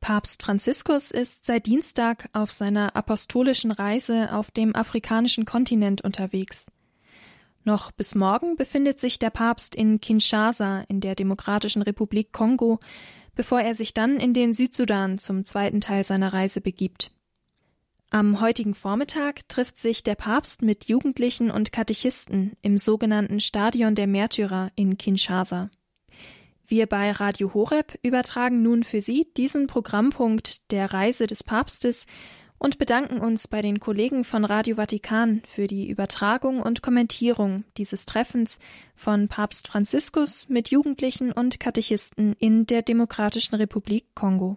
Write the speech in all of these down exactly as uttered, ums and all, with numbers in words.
Papst Franziskus ist seit Dienstag auf seiner apostolischen Reise auf dem afrikanischen Kontinent unterwegs. Noch bis morgen befindet sich der Papst in Kinshasa in der Demokratischen Republik Kongo, bevor er sich dann in den Südsudan zum zweiten Teil seiner Reise begibt. Am heutigen Vormittag trifft sich der Papst mit Jugendlichen und Katechisten im sogenannten Stadion der Märtyrer in Kinshasa. Wir bei Radio Horeb übertragen nun für Sie diesen Programmpunkt der Reise des Papstes und bedanken uns bei den Kollegen von Radio Vatikan für die Übertragung und Kommentierung dieses Treffens von Papst Franziskus mit Jugendlichen und Katechisten in der Demokratischen Republik Kongo.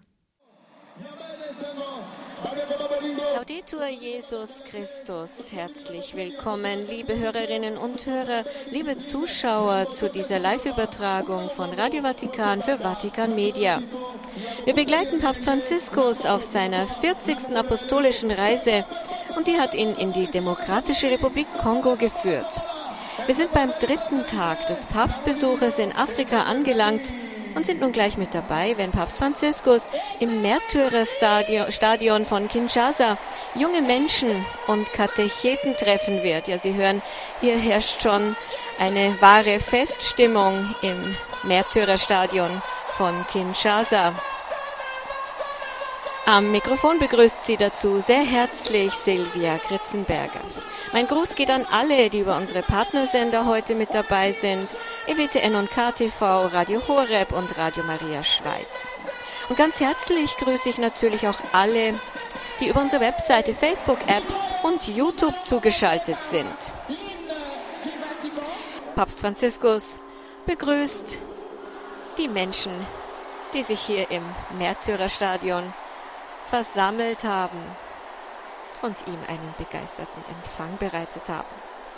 Laudetur Jesus Christus, herzlich willkommen, liebe Hörerinnen und Hörer, liebe Zuschauer zu dieser Live-Übertragung von Radio Vatikan für Vatikan Media. Wir begleiten Papst Franziskus auf seiner vierzigsten apostolischen Reise und die hat ihn in die Demokratische Republik Kongo geführt. Wir sind beim dritten Tag des Papstbesuches in Afrika angelangt und sind nun gleich mit dabei, wenn Papst Franziskus im Märtyrerstadion von Kinshasa junge Menschen und Katecheten treffen wird. Ja, Sie hören, hier herrscht schon eine wahre Feststimmung im Märtyrerstadion von Kinshasa. Am Mikrofon begrüßt Sie dazu sehr herzlich Silvia Kritzenberger. Mein Gruß geht an alle, die über unsere Partnersender heute mit dabei sind, E W T N und K T V, Radio Horeb und Radio Maria Schweiz. Und ganz herzlich grüße ich natürlich auch alle, die über unsere Webseite, Facebook-Apps und YouTube zugeschaltet sind. Papst Franziskus begrüßt die Menschen, die sich hier im Märtyrerstadion versammelt haben und ihm einen begeisterten Empfang bereitet haben.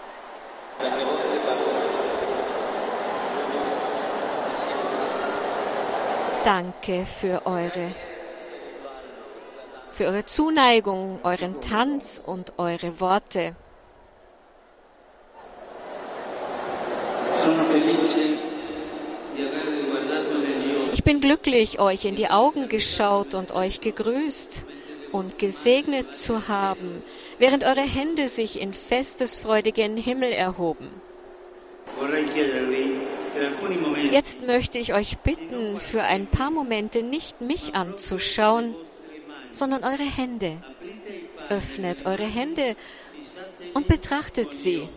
Danke für eure, für eure Zuneigung, euren Tanz und eure Worte. Ich bin glücklich, euch in die Augen geschaut und euch gegrüßt und gesegnet zu haben, während eure Hände sich in festesfreudigen Himmel erhoben. Jetzt möchte ich euch bitten, für ein paar Momente nicht mich anzuschauen, sondern eure Hände. Öffnet eure Hände und betrachtet sie.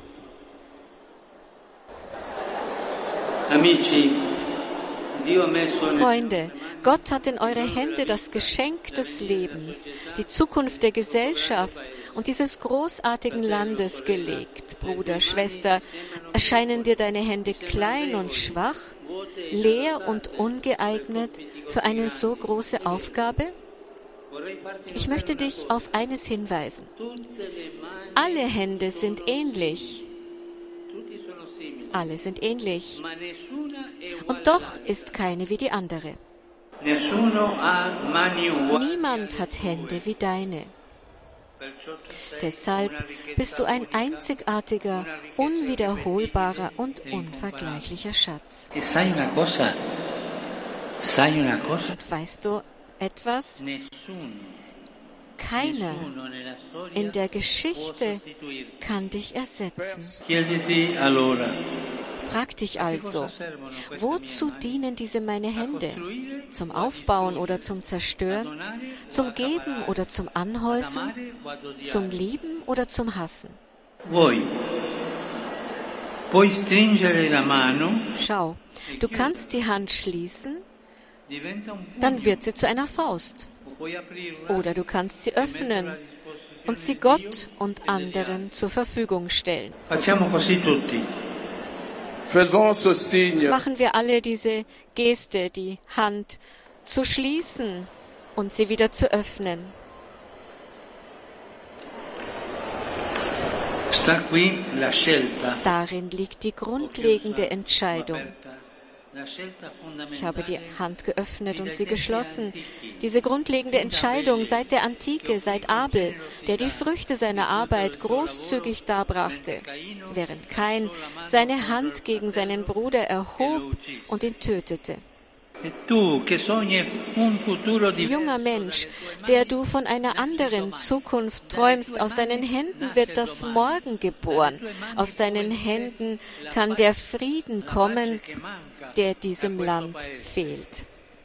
Freunde, Gott hat in eure Hände das Geschenk des Lebens, die Zukunft der Gesellschaft und dieses großartigen Landes gelegt. Bruder, Schwester, erscheinen dir deine Hände klein und schwach, leer und ungeeignet für eine so große Aufgabe? Ich möchte dich auf eines hinweisen. Alle Hände sind ähnlich. Alle sind ähnlich. Und doch ist keine wie die andere. Niemand hat Hände wie deine. Deshalb bist du ein einzigartiger, unwiederholbarer und unvergleichlicher Schatz. Und weißt du etwas? Keiner in der Geschichte kann dich ersetzen. Frag dich also, wozu dienen diese meine Hände? Zum Aufbauen oder zum Zerstören? Zum Geben oder zum Anhäufen? Zum Lieben oder zum Hassen? Schau, du kannst die Hand schließen, dann wird sie zu einer Faust. Oder du kannst sie öffnen und sie Gott und anderen zur Verfügung stellen. Machen wir alle diese Geste, die Hand zu schließen und sie wieder zu öffnen. Darin liegt die grundlegende Entscheidung. Ich habe die Hand geöffnet und sie geschlossen. Diese grundlegende Entscheidung seit der Antike, seit Abel, der die Früchte seiner Arbeit großzügig darbrachte, während Kain seine Hand gegen seinen Bruder erhob und ihn tötete. Junger Mensch, der du von einer anderen Zukunft träumst, aus deinen Händen wird das Morgen geboren. Aus deinen Händen kann der Frieden kommen, der diesem Land fehlt.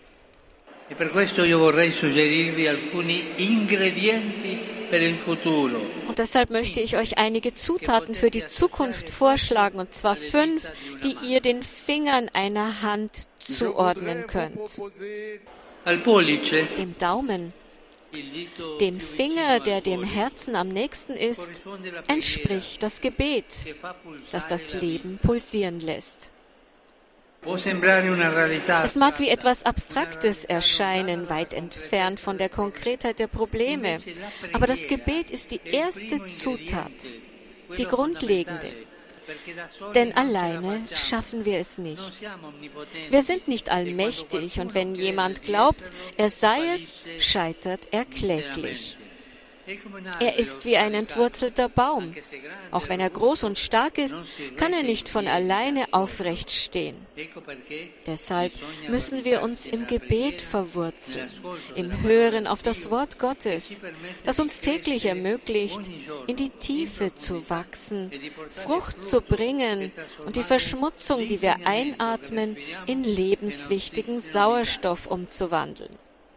Und deshalb möchte ich euch einige Zutaten für die Zukunft vorschlagen, und zwar fünf, die ihr den Fingern einer Hand zuordnen könnt. Dem Daumen, dem Finger, der dem Herzen am nächsten ist, entspricht das Gebet, das das Leben pulsieren lässt. Es mag wie etwas Abstraktes erscheinen, weit entfernt von der Konkretheit der Probleme, aber das Gebet ist die erste Zutat, die grundlegende. Denn alleine schaffen wir es nicht. Wir sind nicht allmächtig, und wenn jemand glaubt, er sei es, scheitert er kläglich. Er ist wie ein entwurzelter Baum. Auch wenn er groß und stark ist, kann er nicht von alleine aufrecht stehen. Deshalb müssen wir uns im Gebet verwurzeln, im Hören auf das Wort Gottes, das uns täglich ermöglicht, in die Tiefe zu wachsen, Frucht zu bringen und die Verschmutzung, die wir einatmen, in lebenswichtigen Sauerstoff umzuwandeln.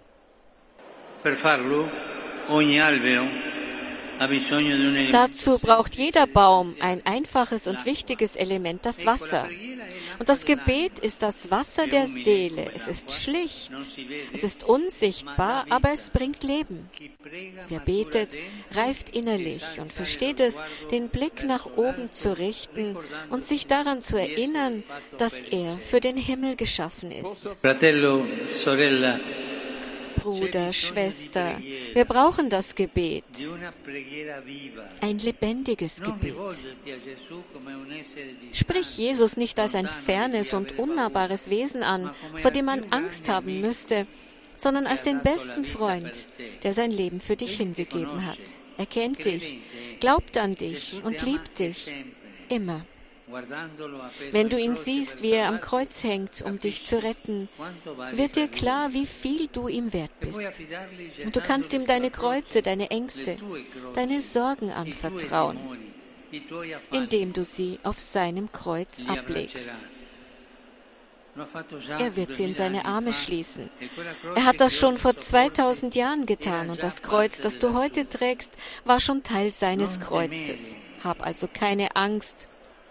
Dazu braucht jeder Baum ein einfaches und wichtiges Element, das Wasser. Und das Gebet ist das Wasser der Seele. Es ist schlicht, es ist unsichtbar, aber es bringt Leben. Wer betet, reift innerlich und versteht es, den Blick nach oben zu richten und sich daran zu erinnern, dass er für den Himmel geschaffen ist. Bruder, Schwester, wir brauchen das Gebet, ein lebendiges Gebet. Sprich Jesus nicht als ein fernes und unnahbares Wesen an, vor dem man Angst haben müsste, sondern als den besten Freund, der sein Leben für dich hingegeben hat. Er kennt dich, glaubt an dich und liebt dich immer. Wenn du ihn siehst, wie er am Kreuz hängt, um dich zu retten, wird dir klar, wie viel du ihm wert bist. Und du kannst ihm deine Kreuze, deine Ängste, deine Sorgen anvertrauen, indem du sie auf seinem Kreuz ablegst. Er wird sie in seine Arme schließen. Er hat das schon vor zweitausend Jahren getan, und das Kreuz, das du heute trägst, war schon Teil seines Kreuzes. Hab also keine Angst.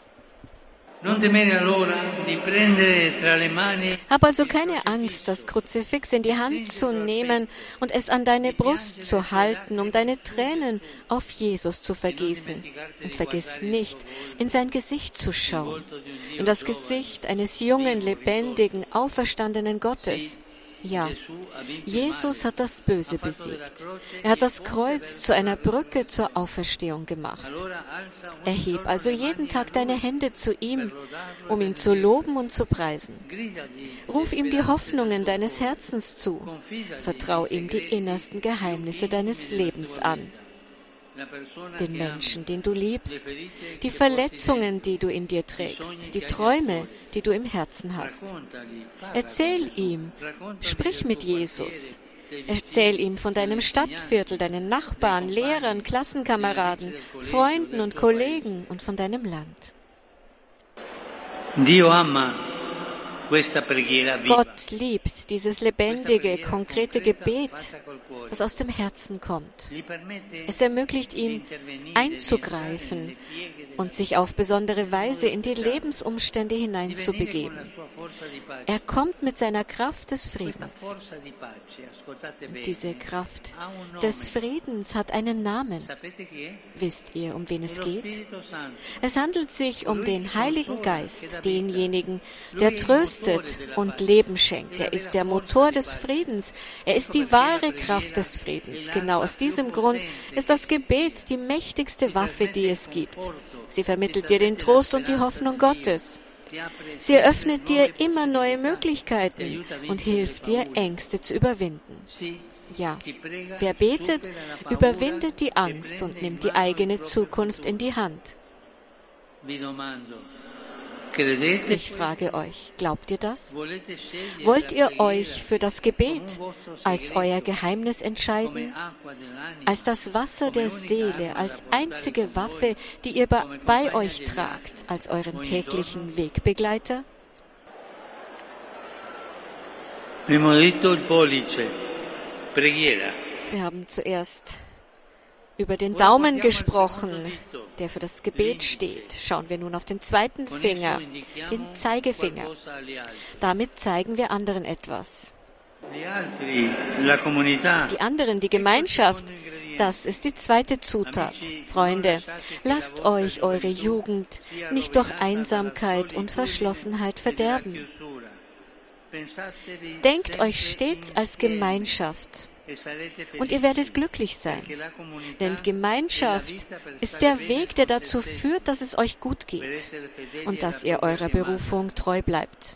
Hab also keine Angst, das Kruzifix in die Hand zu nehmen und es an deine Brust zu halten, um deine Tränen auf Jesus zu vergießen. Und vergiss nicht, in sein Gesicht zu schauen, in das Gesicht eines jungen, lebendigen, auferstandenen Gottes. Ja, Jesus hat das Böse besiegt. Er hat das Kreuz zu einer Brücke zur Auferstehung gemacht. Erheb also jeden Tag deine Hände zu ihm, um ihn zu loben und zu preisen. Ruf ihm die Hoffnungen deines Herzens zu. Vertrau ihm die innersten Geheimnisse deines Lebens an. Den Menschen, den du liebst, die Verletzungen, die du in dir trägst, die Träume, die du im Herzen hast. Erzähl ihm, sprich mit Jesus. Erzähl ihm von deinem Stadtviertel, deinen Nachbarn, Lehrern, Klassenkameraden, Freunden und Kollegen und von deinem Land. Gott liebt dieses lebendige, konkrete Gebet, das aus dem Herzen kommt. Es ermöglicht ihm, einzugreifen und sich auf besondere Weise in die Lebensumstände hineinzubegeben. Er kommt mit seiner Kraft des Friedens. Diese Kraft des Friedens hat einen Namen. Wisst ihr, um wen es geht? Es handelt sich um den Heiligen Geist, denjenigen, der tröstet und Leben schenkt. Er ist der Motor des Friedens. Er ist die wahre Kraft des Friedens. Genau aus diesem Grund ist das Gebet die mächtigste Waffe, die es gibt. Sie vermittelt dir den Trost und die Hoffnung Gottes. Sie eröffnet dir immer neue Möglichkeiten und hilft dir, Ängste zu überwinden. Ja, wer betet, überwindet die Angst und nimmt die eigene Zukunft in die Hand. Ich frage euch, glaubt ihr das? Wollt ihr euch für das Gebet als euer Geheimnis entscheiden? Als das Wasser der Seele, als einzige Waffe, die ihr bei euch tragt, als euren täglichen Wegbegleiter? Wir haben zuerst über den Daumen gesprochen, der für das Gebet steht. Schauen wir nun auf den zweiten Finger, den Zeigefinger. Damit zeigen wir anderen etwas. Die anderen, die Gemeinschaft, das ist die zweite Zutat. Freunde, lasst euch eure Jugend nicht durch Einsamkeit und Verschlossenheit verderben. Denkt euch stets als Gemeinschaft. Und ihr werdet glücklich sein, denn Gemeinschaft ist der Weg, der dazu führt, dass es euch gut geht und dass ihr eurer Berufung treu bleibt.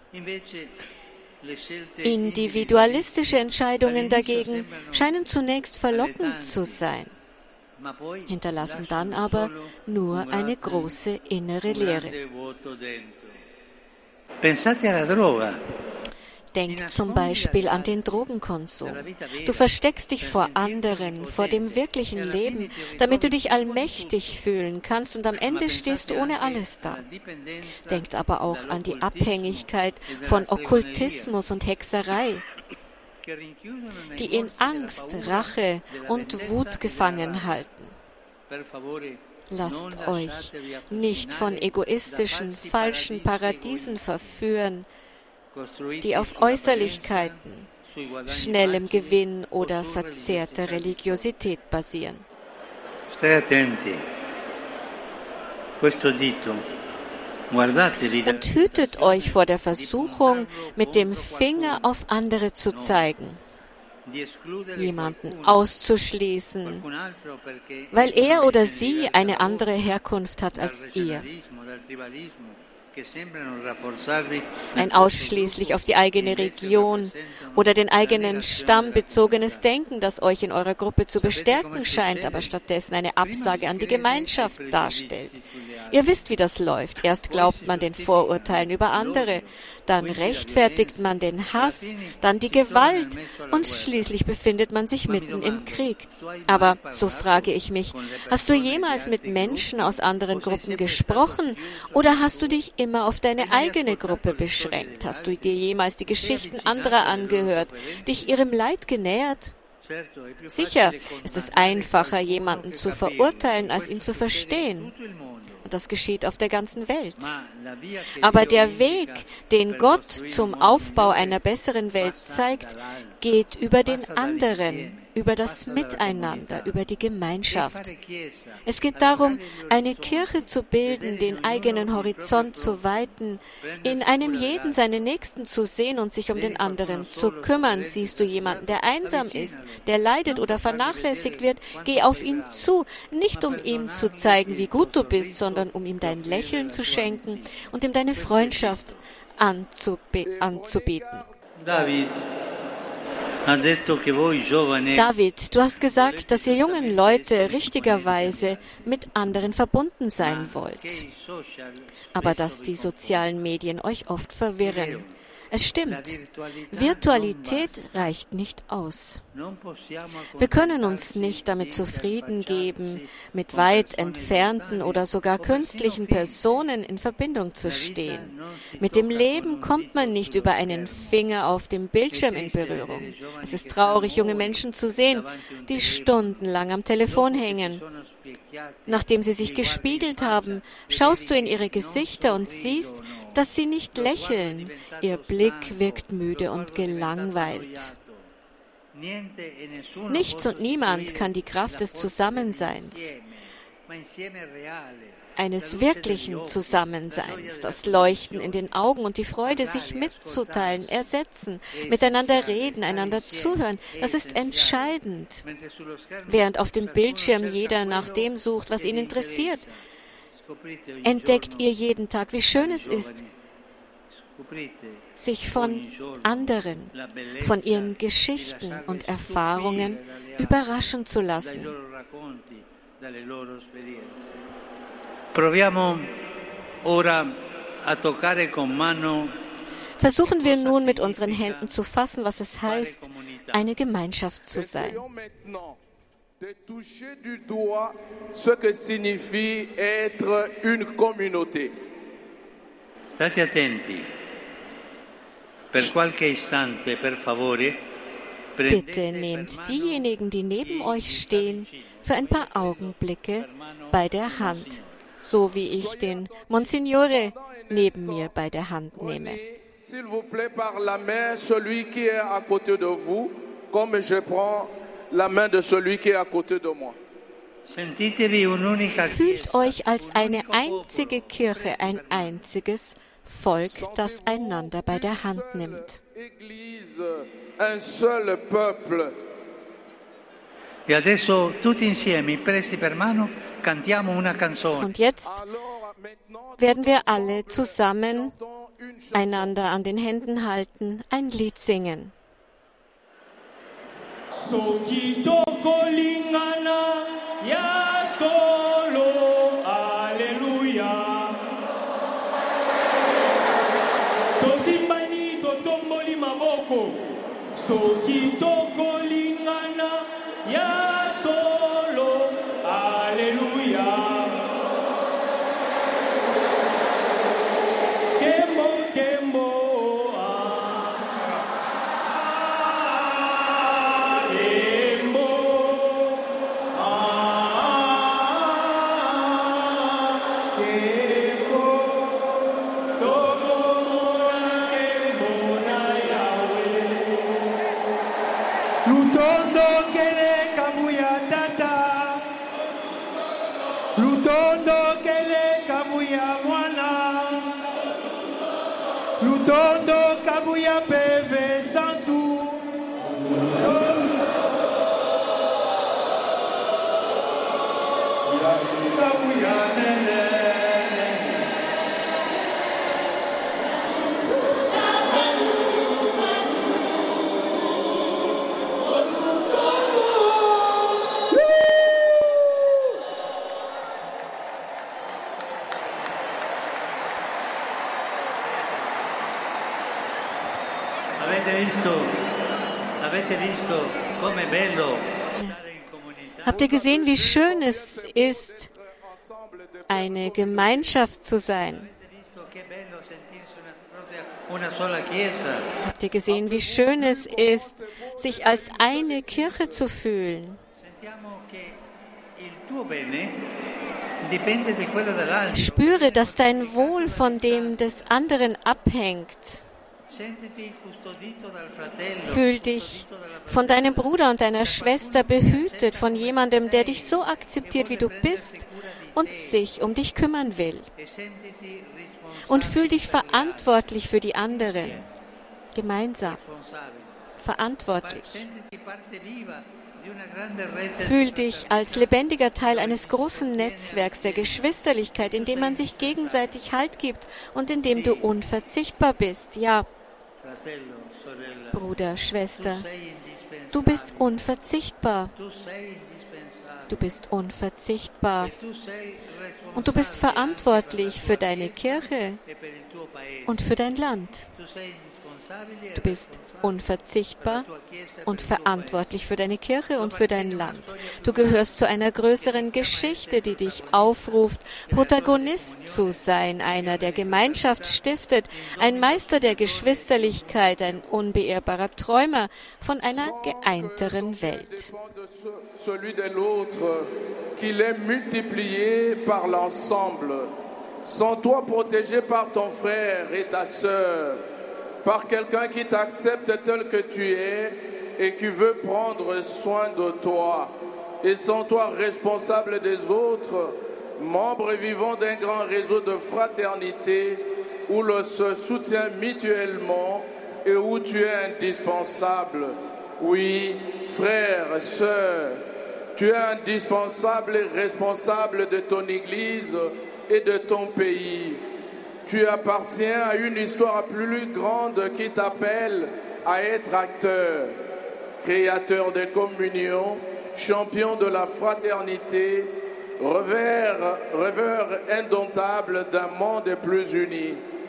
Individualistische Entscheidungen dagegen scheinen zunächst verlockend zu sein, hinterlassen dann aber nur eine große innere Leere. Denk zum Beispiel an den Drogenkonsum. Du versteckst dich vor anderen, vor dem wirklichen Leben, damit du dich allmächtig fühlen kannst und am Ende stehst du ohne alles da. Denk aber auch an die Abhängigkeit von Okkultismus und Hexerei, die in Angst, Rache und Wut gefangen halten. Lasst euch nicht von egoistischen, falschen Paradiesen verführen, die auf Äußerlichkeiten, schnellem Gewinn oder verzerrter Religiosität basieren. Und hütet euch vor der Versuchung, mit dem Finger auf andere zu zeigen, jemanden auszuschließen, weil er oder sie eine andere Herkunft hat als ihr. Ein ausschließlich auf die eigene Region oder den eigenen Stamm bezogenes Denken, das euch in eurer Gruppe zu bestärken scheint, aber stattdessen eine Absage an die Gemeinschaft darstellt. Ihr wisst, wie das läuft. Erst glaubt man den Vorurteilen über andere, dann rechtfertigt man den Hass, dann die Gewalt und schließlich befindet man sich mitten im Krieg. Aber so frage ich mich, hast du jemals mit Menschen aus anderen Gruppen gesprochen oder hast du dich immer auf deine eigene Gruppe beschränkt? Hast du dir jemals die Geschichten anderer angehört, dich ihrem Leid genähert? Sicher ist es einfacher, jemanden zu verurteilen, als ihn zu verstehen. Und das geschieht auf der ganzen Welt. Aber der Weg, den Gott zum Aufbau einer besseren Welt zeigt, geht über den anderen, über das Miteinander, über die Gemeinschaft. Es geht darum, eine Kirche zu bilden, den eigenen Horizont zu weiten, in einem jeden seinen Nächsten zu sehen und sich um den anderen zu kümmern. Siehst du jemanden, der einsam ist, der leidet oder vernachlässigt wird, geh auf ihn zu, nicht um ihm zu zeigen, wie gut du bist, sondern um ihm dein Lächeln zu schenken und ihm deine Freundschaft anzube- anzubieten. David. David, du hast gesagt, dass ihr jungen Leute richtigerweise mit anderen verbunden sein wollt, aber dass die sozialen Medien euch oft verwirren. Es stimmt, Virtualität reicht nicht aus. Wir können uns nicht damit zufrieden geben, mit weit entfernten oder sogar künstlichen Personen in Verbindung zu stehen. Mit dem Leben kommt man nicht über einen Finger auf dem Bildschirm in Berührung. Es ist traurig, junge Menschen zu sehen, die stundenlang am Telefon hängen. Nachdem sie sich gespiegelt haben, schaust du in ihre Gesichter und siehst, dass sie nicht lächeln. Ihr Blick wirkt müde und gelangweilt. Nichts und niemand kann die Kraft des Zusammenseins, eines wirklichen Zusammenseins, das Leuchten in den Augen und die Freude, sich mitzuteilen, ersetzen, miteinander reden, einander zuhören. Das ist entscheidend. Während auf dem Bildschirm jeder nach dem sucht, was ihn interessiert, entdeckt ihr jeden Tag, wie schön es ist, sich von anderen, von ihren Geschichten und Erfahrungen überraschen zu lassen. Proviamo ora a toccare con mano. Versuchen wir nun mit unseren Händen zu fassen, was es heißt, eine Gemeinschaft zu sein. De toucher du doigt ce que signifie être une communauté. State attenti. Per qualche istante, per favore. Bitte nehmt diejenigen, die neben euch stehen, für ein paar Augenblicke bei der Hand, so wie ich den Monsignore neben mir bei der Hand nehme. S'il vous plaît, par la main, celui qui est à côté de vous, comme je prends la main de celui qui est à côté de moi. Fühlt euch als eine einzige Kirche, ein einziges Volk, das einander bei der Hand nimmt. Église, un seul peuple. E adesso tutti insieme, presi per mano, cantiamo una canzone. Und jetzt werden wir alle zusammen einander an den Händen halten, ein Lied singen. Soki tokolingana ya solo, Alleluia. Tosimbani totomboli maboko. Soki tokolingana ya solo, Alleluia. Kembo kembo. Lutondo kele kabuya tata, Lutondo kele kabuya mwana, Lutondo kabuya peve santu, kabuya nene. Habt ihr gesehen, wie schön es ist, eine Gemeinschaft zu sein? Habt ihr gesehen, wie schön es ist, sich als eine Kirche zu fühlen? Spüre, dass dein Wohl von dem des anderen abhängt. Fühl dich von deinem Bruder und deiner Schwester behütet, von jemandem, der dich so akzeptiert, wie du bist und sich um dich kümmern will. Und fühl dich verantwortlich für die anderen, gemeinsam, verantwortlich. Fühl dich als lebendiger Teil eines großen Netzwerks der Geschwisterlichkeit, in dem man sich gegenseitig Halt gibt und in dem du unverzichtbar bist. Ja, Bruder, Schwester, du bist unverzichtbar. Du bist unverzichtbar. Und du bist verantwortlich für deine Kirche und für dein Land. Du bist unverzichtbar und verantwortlich für deine Kirche und für dein Land. Du gehörst zu einer größeren Geschichte, die dich aufruft, Protagonist zu sein, einer, der Gemeinschaft stiftet, ein Meister der Geschwisterlichkeit, ein unbeirrbarer Träumer von einer geeinteren Welt. Celui de l'autre, qu'il est multiplié par l'ensemble, sans toi protégé par ton frère et ta sœur, par quelqu'un qui t'accepte tel que tu es et qui veut prendre soin de toi, et sans toi responsable des autres, membre vivant d'un grand réseau de fraternité où l'on se soutient mutuellement et où tu es indispensable. Oui, frère, sœur, tu es indispensable et responsable de ton Église et de ton pays. Tu appartiens à une histoire plus grande qui t'appelle à être acteur, créateur de communion, champion de la fraternité, rêveur, rêveur indomptable d'un monde plus uni.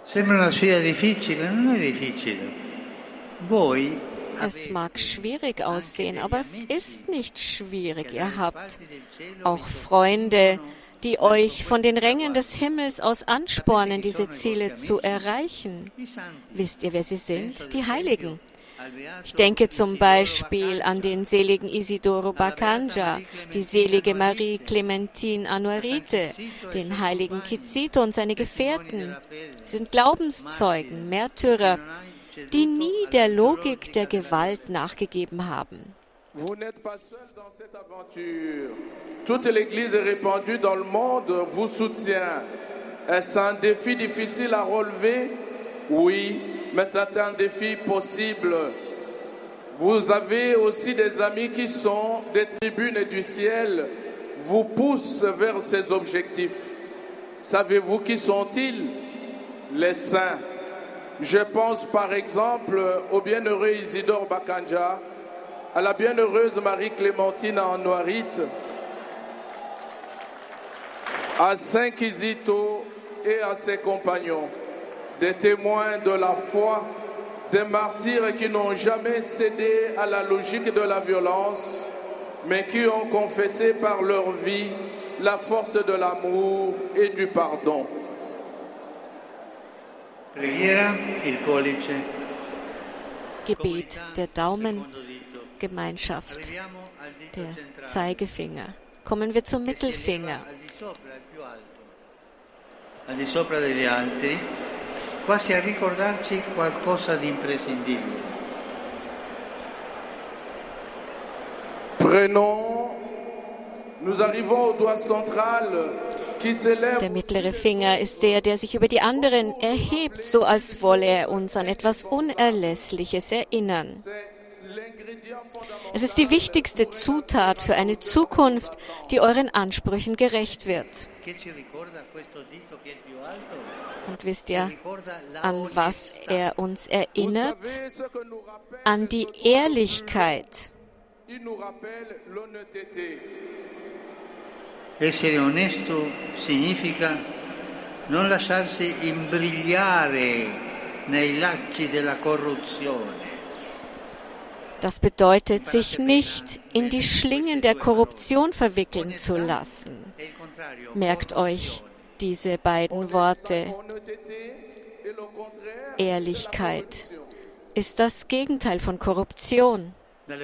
Sembra una sfida difficile, non è difficile. Voi Es mag schwierig aussehen, aber es ist nicht schwierig. Ihr habt auch Freunde, die euch von den Rängen des Himmels aus anspornen, diese Ziele zu erreichen. Wisst ihr, wer sie sind? Die Heiligen. Ich denke zum Beispiel an den seligen Isidoro Bacanja, die selige Marie Clementine Anuarite, den heiligen Kizito und seine Gefährten. Sie sind Glaubenszeugen, Märtyrer, die nie der Logik der Gewalt nachgegeben haben. Vous n'êtes pas seul dans cette aventure. Toute l'Église répandue dans le monde vous soutient. Est-ce un défi difficile à relever? Oui, mais c'est un défi possible. Vous avez aussi des amis qui sont des tribunes du ciel, vous poussent vers ces objectifs. Savez-vous qui sont-ils? Les saints. Je pense par exemple au bienheureux Isidore Bacanja, à la bienheureuse Marie-Clémentine Anuarite, à Saint Kizito et à ses compagnons, des témoins de la foi, des martyrs qui n'ont jamais cédé à la logique de la violence, mais qui ont confessé par leur vie la force de l'amour et du pardon. Preghiera, il pollice. Gebet, der Daumen, Gemeinschaft, der Zeigefinger. Kommen wir zum Mittelfinger. Al di sopra degli altri, quasi a ricordarci qualcosa di imprescindibile. Prenons, nous arrivons au doigt central. Der mittlere Finger ist der, der sich über die anderen erhebt, so als wolle er uns an etwas Unerlässliches erinnern. Es ist die wichtigste Zutat für eine Zukunft, die euren Ansprüchen gerecht wird. Und wisst ihr, an was er uns erinnert? An die Ehrlichkeit. Essere onesto significa non lasciarsi imbrigliare nei lacci della corruzione. Das bedeutet, sich nicht in die Schlingen der Korruption verwickeln zu lassen. Merkt euch diese beiden Worte. Ehrlichkeit ist das Gegenteil von Korruption.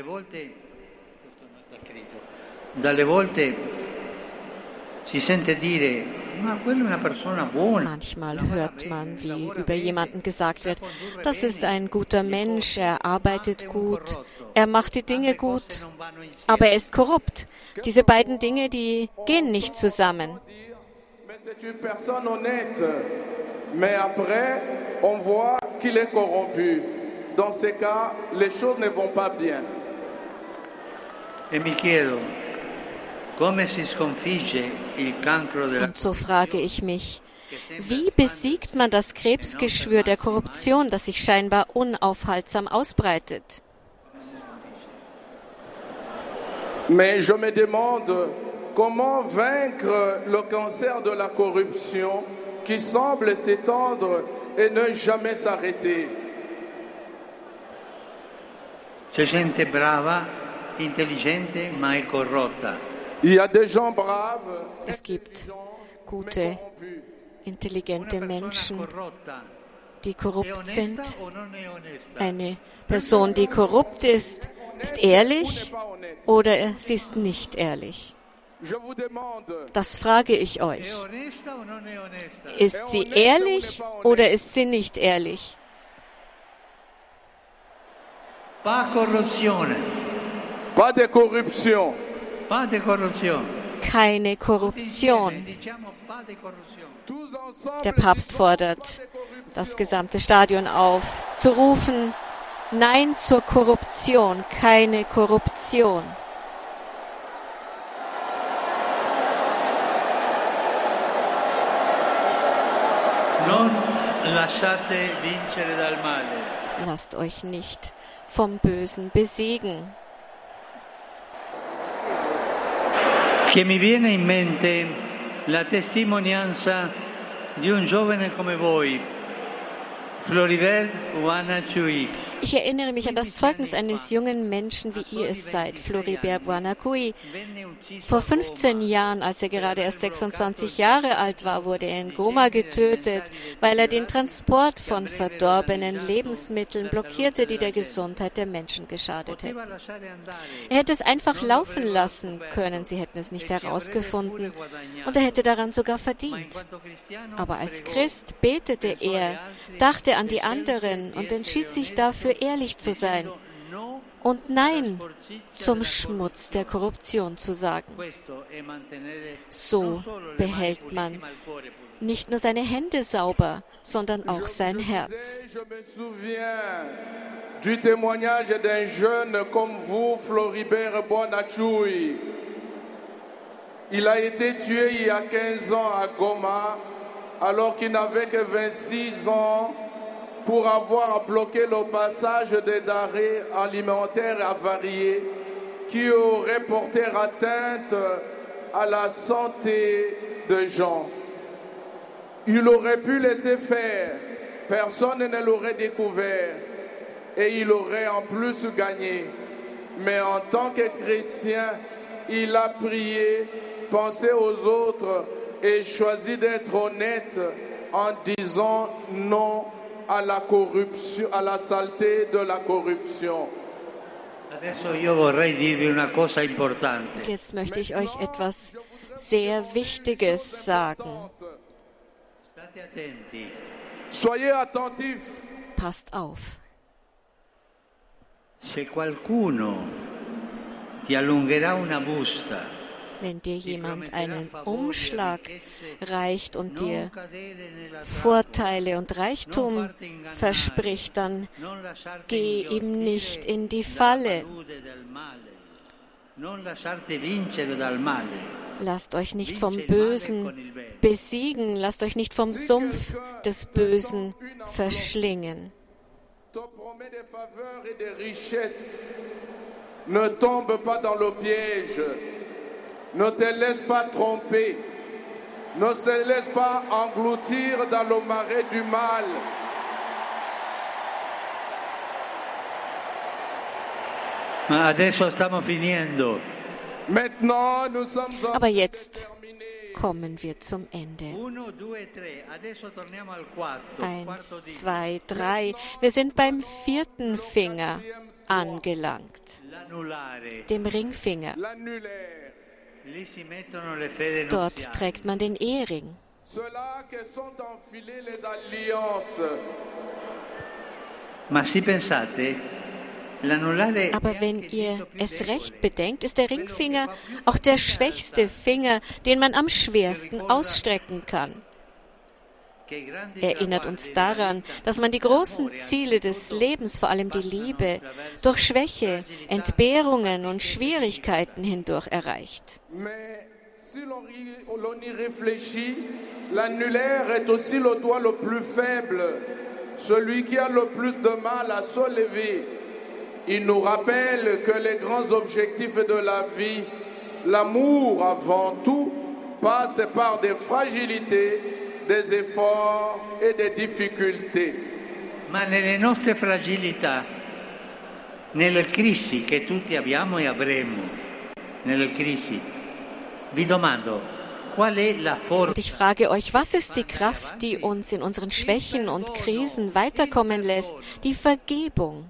Dalle volte si sente dire, ma quella è una persona buona. Manchmal hört man, wie über jemanden gesagt wird, das ist ein guter Mensch, er arbeitet gut, er macht die Dinge gut, aber er ist korrupt. Diese beiden Dinge, die gehen nicht zusammen. C'est une personne honnête, mais après, on voit qu'il est corrompu. Dans ces cas, les choses ne vont pas bien. E mi chiedo, come si sconfigge il cancro della... Und so frage ich mich, wie besiegt man das Krebsgeschwür der Korruption, das sich scheinbar unaufhaltsam ausbreitet? Mais je me demande comment vaincre le cancer de la corruption qui semble s'étendre et ne jamais s'arrêter. C'è gente brava, intelligente, ma è corrotta. Il y a des gens braves, Es gibt gute, intelligente Menschen, die korrupt sind. Eine Person, die korrupt ist, ist ehrlich oder sie ist nicht ehrlich. Das frage ich euch. Ist sie ehrlich oder ist sie nicht ehrlich? Pas corruzione. Pas de corruption. Pas de corruzione. Keine Korruption. Der Papst fordert das gesamte Stadion auf, zu rufen, Nein zur Korruption, keine Korruption. Non lasciate vincere dal male. Lasst euch nicht vom Bösen besiegen. Che mi viene in mente la testimonianza di un giovane come voi, Floribert Buonacqui. Ich erinnere mich an das Zeugnis eines jungen Menschen, wie ihr es seid, Floribert Buonacqui. Vor fünfzehn Jahren, als er gerade erst sechsundzwanzig Jahre alt war, wurde er in Goma getötet, weil er den Transport von verdorbenen Lebensmitteln blockierte, die der Gesundheit der Menschen geschadet hätten. Er hätte es einfach laufen lassen können, sie hätten es nicht herausgefunden, und er hätte daran sogar verdient. Aber als Christ betete er, dachte an die anderen und entschied sich dafür, ehrlich zu sein und Nein zum Schmutz der Korruption zu sagen. So behält man nicht nur seine Hände sauber, sondern auch sein Herz. Du témoignage d'un jeune comme vous, Floribert Buonacqui. Il a été tué il y a quinze ans à Goma, alors qu'il n'avait que vingt-six ans, pour avoir bloqué le passage des denrées alimentaires avariées qui auraient porté atteinte à la santé des gens. Il aurait pu laisser faire, personne ne l'aurait découvert et il aurait en plus gagné. Mais en tant que chrétien, il a prié, pensé aux autres et choisi d'être honnête en disant non à la corruption, à la saleté de la corruption. Jetzt möchte ich euch etwas sehr Wichtiges sagen. Soyez attentifs. Passt auf. Se qualcuno ti allungherà una busta, wenn dir jemand einen Umschlag reicht und dir Vorteile und Reichtum verspricht, dann geh ihm nicht in die Falle. Lasst euch nicht vom Bösen besiegen, lasst euch nicht vom Sumpf des Bösen verschlingen. Ne tombe pas dans le piège. Ne te laisse pas tromper. Ne se laisse pas engloutir dans le marais du mal. Ma adesso stiamo finendo. Maintenant, nous sommes en Aber jetzt kommen wir zum Ende. Eins, zwei, drei. Wir sind beim vierten Finger angelangt, dem Ringfinger. Dort trägt man den Ehering. Aber wenn ihr es recht bedenkt, ist der Ringfinger auch der schwächste Finger, den man am schwersten ausstrecken kann. Erinnert uns daran, dass man die großen Ziele des Lebens, vor allem die Liebe, durch Schwäche, Entbehrungen und Schwierigkeiten hindurch erreicht. L'annulaire est aussi le doigt le plus faible, celui qui a le plus de mal à se lever. Il nous rappelle que les grands objectifs de la vie, l'amour avant tout, passent par des fragilités, des efforts e delle difficoltà. Ma nelle nostre fragilità, nelle crisi che tutti abbiamo e avremo, nelle crisi, vi domando, qual è la forza? Und ich frage euch, was ist die Kraft, die uns in unseren Schwächen und Krisen weiterkommen lässt? Die Vergebung.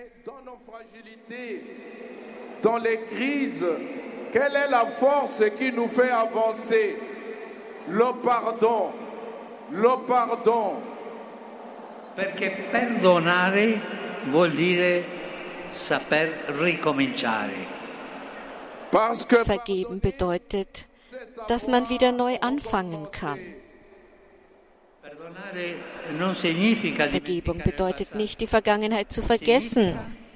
Dans les crises, quelle est la force qui nous fait avancer? Le pardon. Le pardon. Perché perdonare vuol dire saper ricominciare. Vergeben bedeutet, dass man wieder neu anfangen kann. Vergebung bedeutet nicht, die Vergangenheit zu vergessen.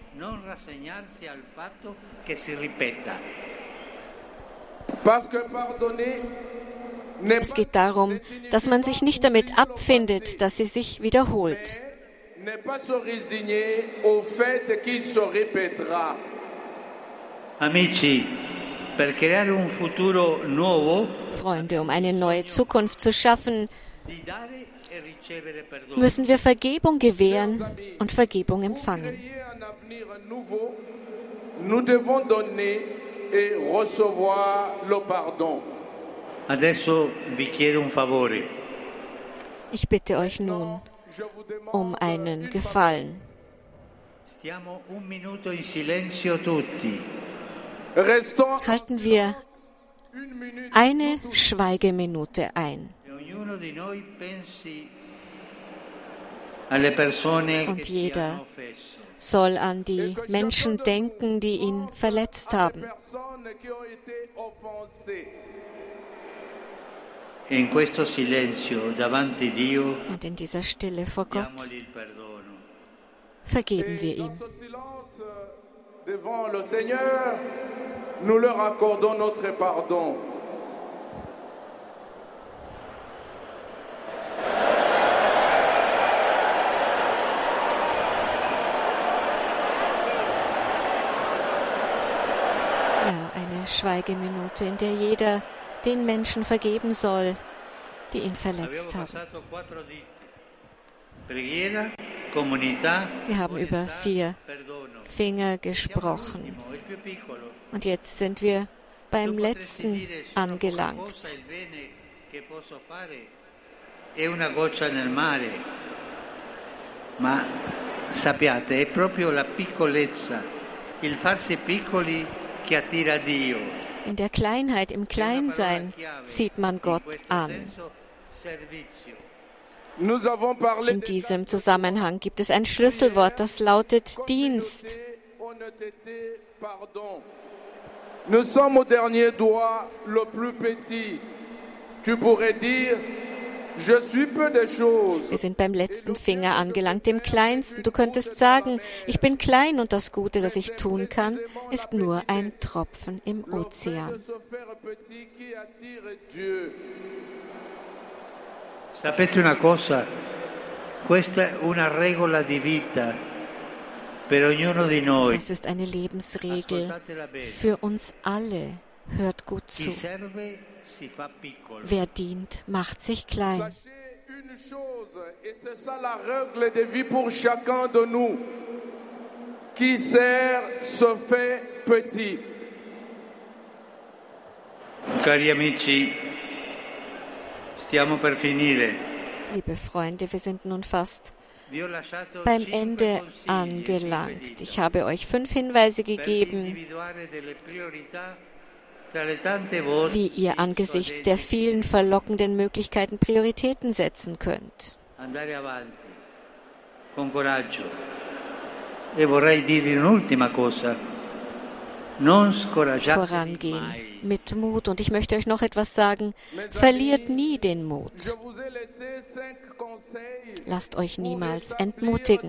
Es geht darum, dass man sich nicht damit abfindet, dass sie sich wiederholt. Amici, per creare un futuro nuovo, Freunde, um eine neue Zukunft zu schaffen, müssen wir Vergebung gewähren und Vergebung empfangen. Nous devons donner et recevoir le pardon. Adesso vi chiedo un favore. Ich bitte euch nun um einen Gefallen. Stiamo un minuto in silenzio tutti. Halten wir eine Schweigeminute ein. Und jeder soll an die Menschen denken, die ihn verletzt haben. Und in dieser Stille vor Gott vergeben wir ihm. Devant le Seigneur, nous leur accordons notre pardon. Ja, eine Schweigeminute, in der jeder den Menschen vergeben soll, die ihn verletzt haben. Wir haben über vier Finger gesprochen. Und jetzt sind wir beim letzten angelangt. Ma sappiate, è proprio la piccolezza, il farsi piccoli che attira Dio. In der Kleinheit, im Kleinsein zieht man Gott an. In diesem Zusammenhang gibt es ein Schlüsselwort, das lautet Dienst. Nous sommes au dernier doigt, le plus petit. Tu pourrais dire, je suis peu de choses. Wir sind beim letzten Finger angelangt, dem kleinsten. Du könntest sagen, ich bin klein und das Gute, das ich tun kann, ist nur ein Tropfen im Ozean. Sapete una cosa? Questa è una regola di vita per ognuno di noi. Das ist eine Lebensregel für uns alle. Hört gut zu. Wer dient, macht sich klein. Sachez une chose, et c'est ça la règle de vie pour chacun de nous. Qui sert se fait petit. Cari amici, stiamo per finire. Liebe Freunde, wir sind nun fast beim Ende angelangt. Ich habe euch fünf Hinweise gegeben, wie ihr angesichts der vielen verlockenden Möglichkeiten Prioritäten setzen könnt. Vorangehen mit Mut. Und ich möchte euch noch etwas sagen. Verliert nie den Mut. Lasst euch niemals entmutigen.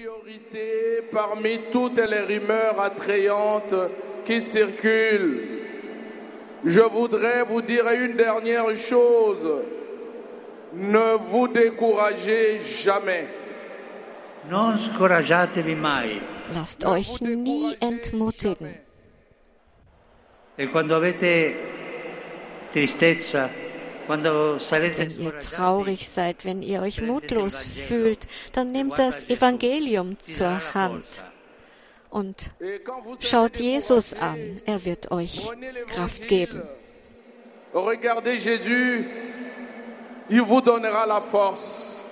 Je voudrais vous dire une dernière chose. Ne vous découragez jamais. Non scoraggiatevi mai. Lasst euch nie entmutigen. E quando avete tristezza, quando sarete wenn ihr traurig seid, wenn ihr euch mutlos fühlt, dann nehmt das Evangelium zur Hand. Und schaut Jesus an, er wird euch Kraft geben. Regardez Jésus, il vous donnera la force.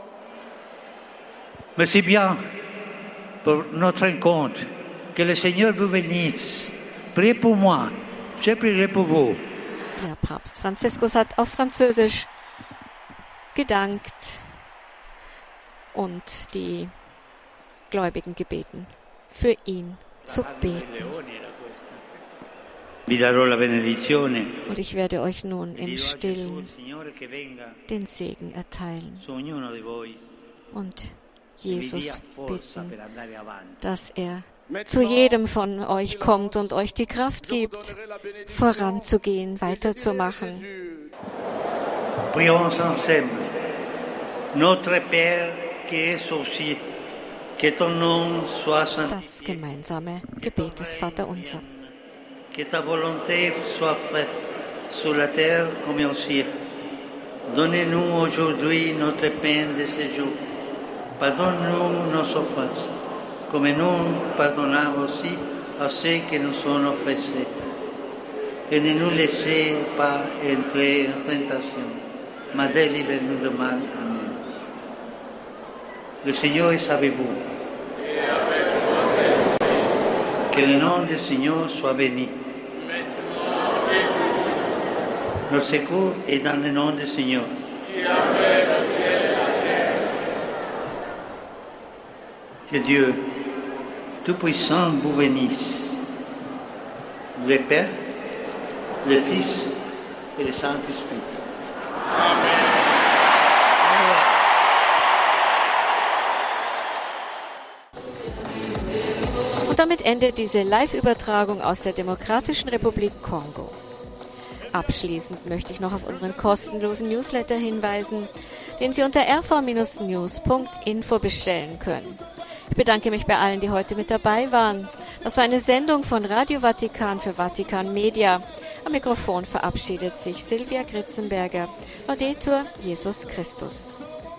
Merci bien pour notre rencontre. Que le Seigneur vous bénisse. Priez pour moi, je prierai pour vous. Der Papst Franziskus hat auf Französisch gedankt und die Gläubigen gebeten, für ihn zu beten. Und ich werde euch nun im Stillen den Segen erteilen und Jesus bitten, dass er zu jedem von euch kommt und euch die Kraft gibt, voranzugehen, weiterzumachen. Prions ensemble. Notre Père qui es aux cieux, que ton nom soit sanctifié. Das gemeinsame Gebet des Vaterunser. Que ta volonté soit faite sur la terre comme au ciel. Donnez-nous aujourd'hui notre pain de ce jour. Pardonne-nous nos offenses, comme nous pardonnons aussi à ceux qui nous ont offensés. Et ne nous laissez pas entrer en tentation, mais délivre-nous du mal. Amen. Le Seigneur est avec vous. Que le nom du Seigneur soit béni. Notre secours est dans le nom du Seigneur. Qui a fait le ciel et la terre. Que Dieu Tout-Puissant vous bénisse, le Père, le Fils et le Saint-Esprit. Amen. Und damit endet diese Live-Übertragung aus der Demokratischen Republik Kongo. Abschließend möchte ich noch auf unseren kostenlosen Newsletter hinweisen, den Sie unter r v Bindestrich news punkt info bestellen können. Ich bedanke mich bei allen, die heute mit dabei waren. Das war eine Sendung von Radio Vatikan für Vatikan Media. Am Mikrofon verabschiedet sich Silvia Gritzenberger. Laudetur Jesus Christus.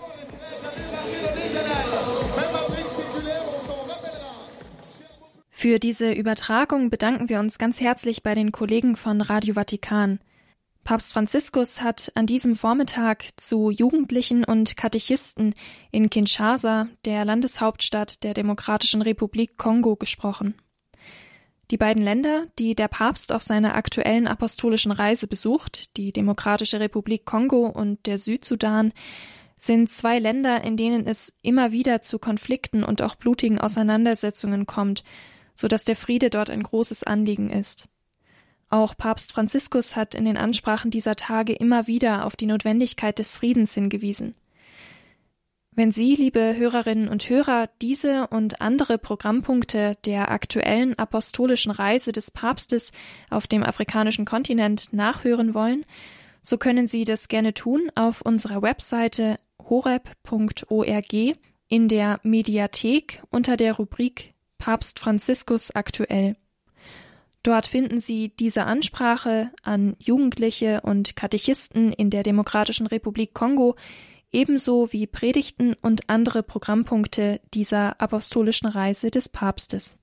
Für diese Übertragung bedanken wir uns ganz herzlich bei den Kollegen von Radio Vatikan. Papst Franziskus hat an diesem Vormittag zu Jugendlichen und Katechisten in Kinshasa, der Landeshauptstadt der Demokratischen Republik Kongo, gesprochen. Die beiden Länder, die der Papst auf seiner aktuellen apostolischen Reise besucht, die Demokratische Republik Kongo und der Südsudan, sind zwei Länder, in denen es immer wieder zu Konflikten und auch blutigen Auseinandersetzungen kommt, sodass der Friede dort ein großes Anliegen ist. Auch Papst Franziskus hat in den Ansprachen dieser Tage immer wieder auf die Notwendigkeit des Friedens hingewiesen. Wenn Sie, liebe Hörerinnen und Hörer, diese und andere Programmpunkte der aktuellen apostolischen Reise des Papstes auf dem afrikanischen Kontinent nachhören wollen, so können Sie das gerne tun auf unserer Webseite horeb punkt org in der Mediathek unter der Rubrik Papst Franziskus aktuell. Dort finden Sie diese Ansprache an Jugendliche und Katechisten in der Demokratischen Republik Kongo, ebenso wie Predigten und andere Programmpunkte dieser apostolischen Reise des Papstes.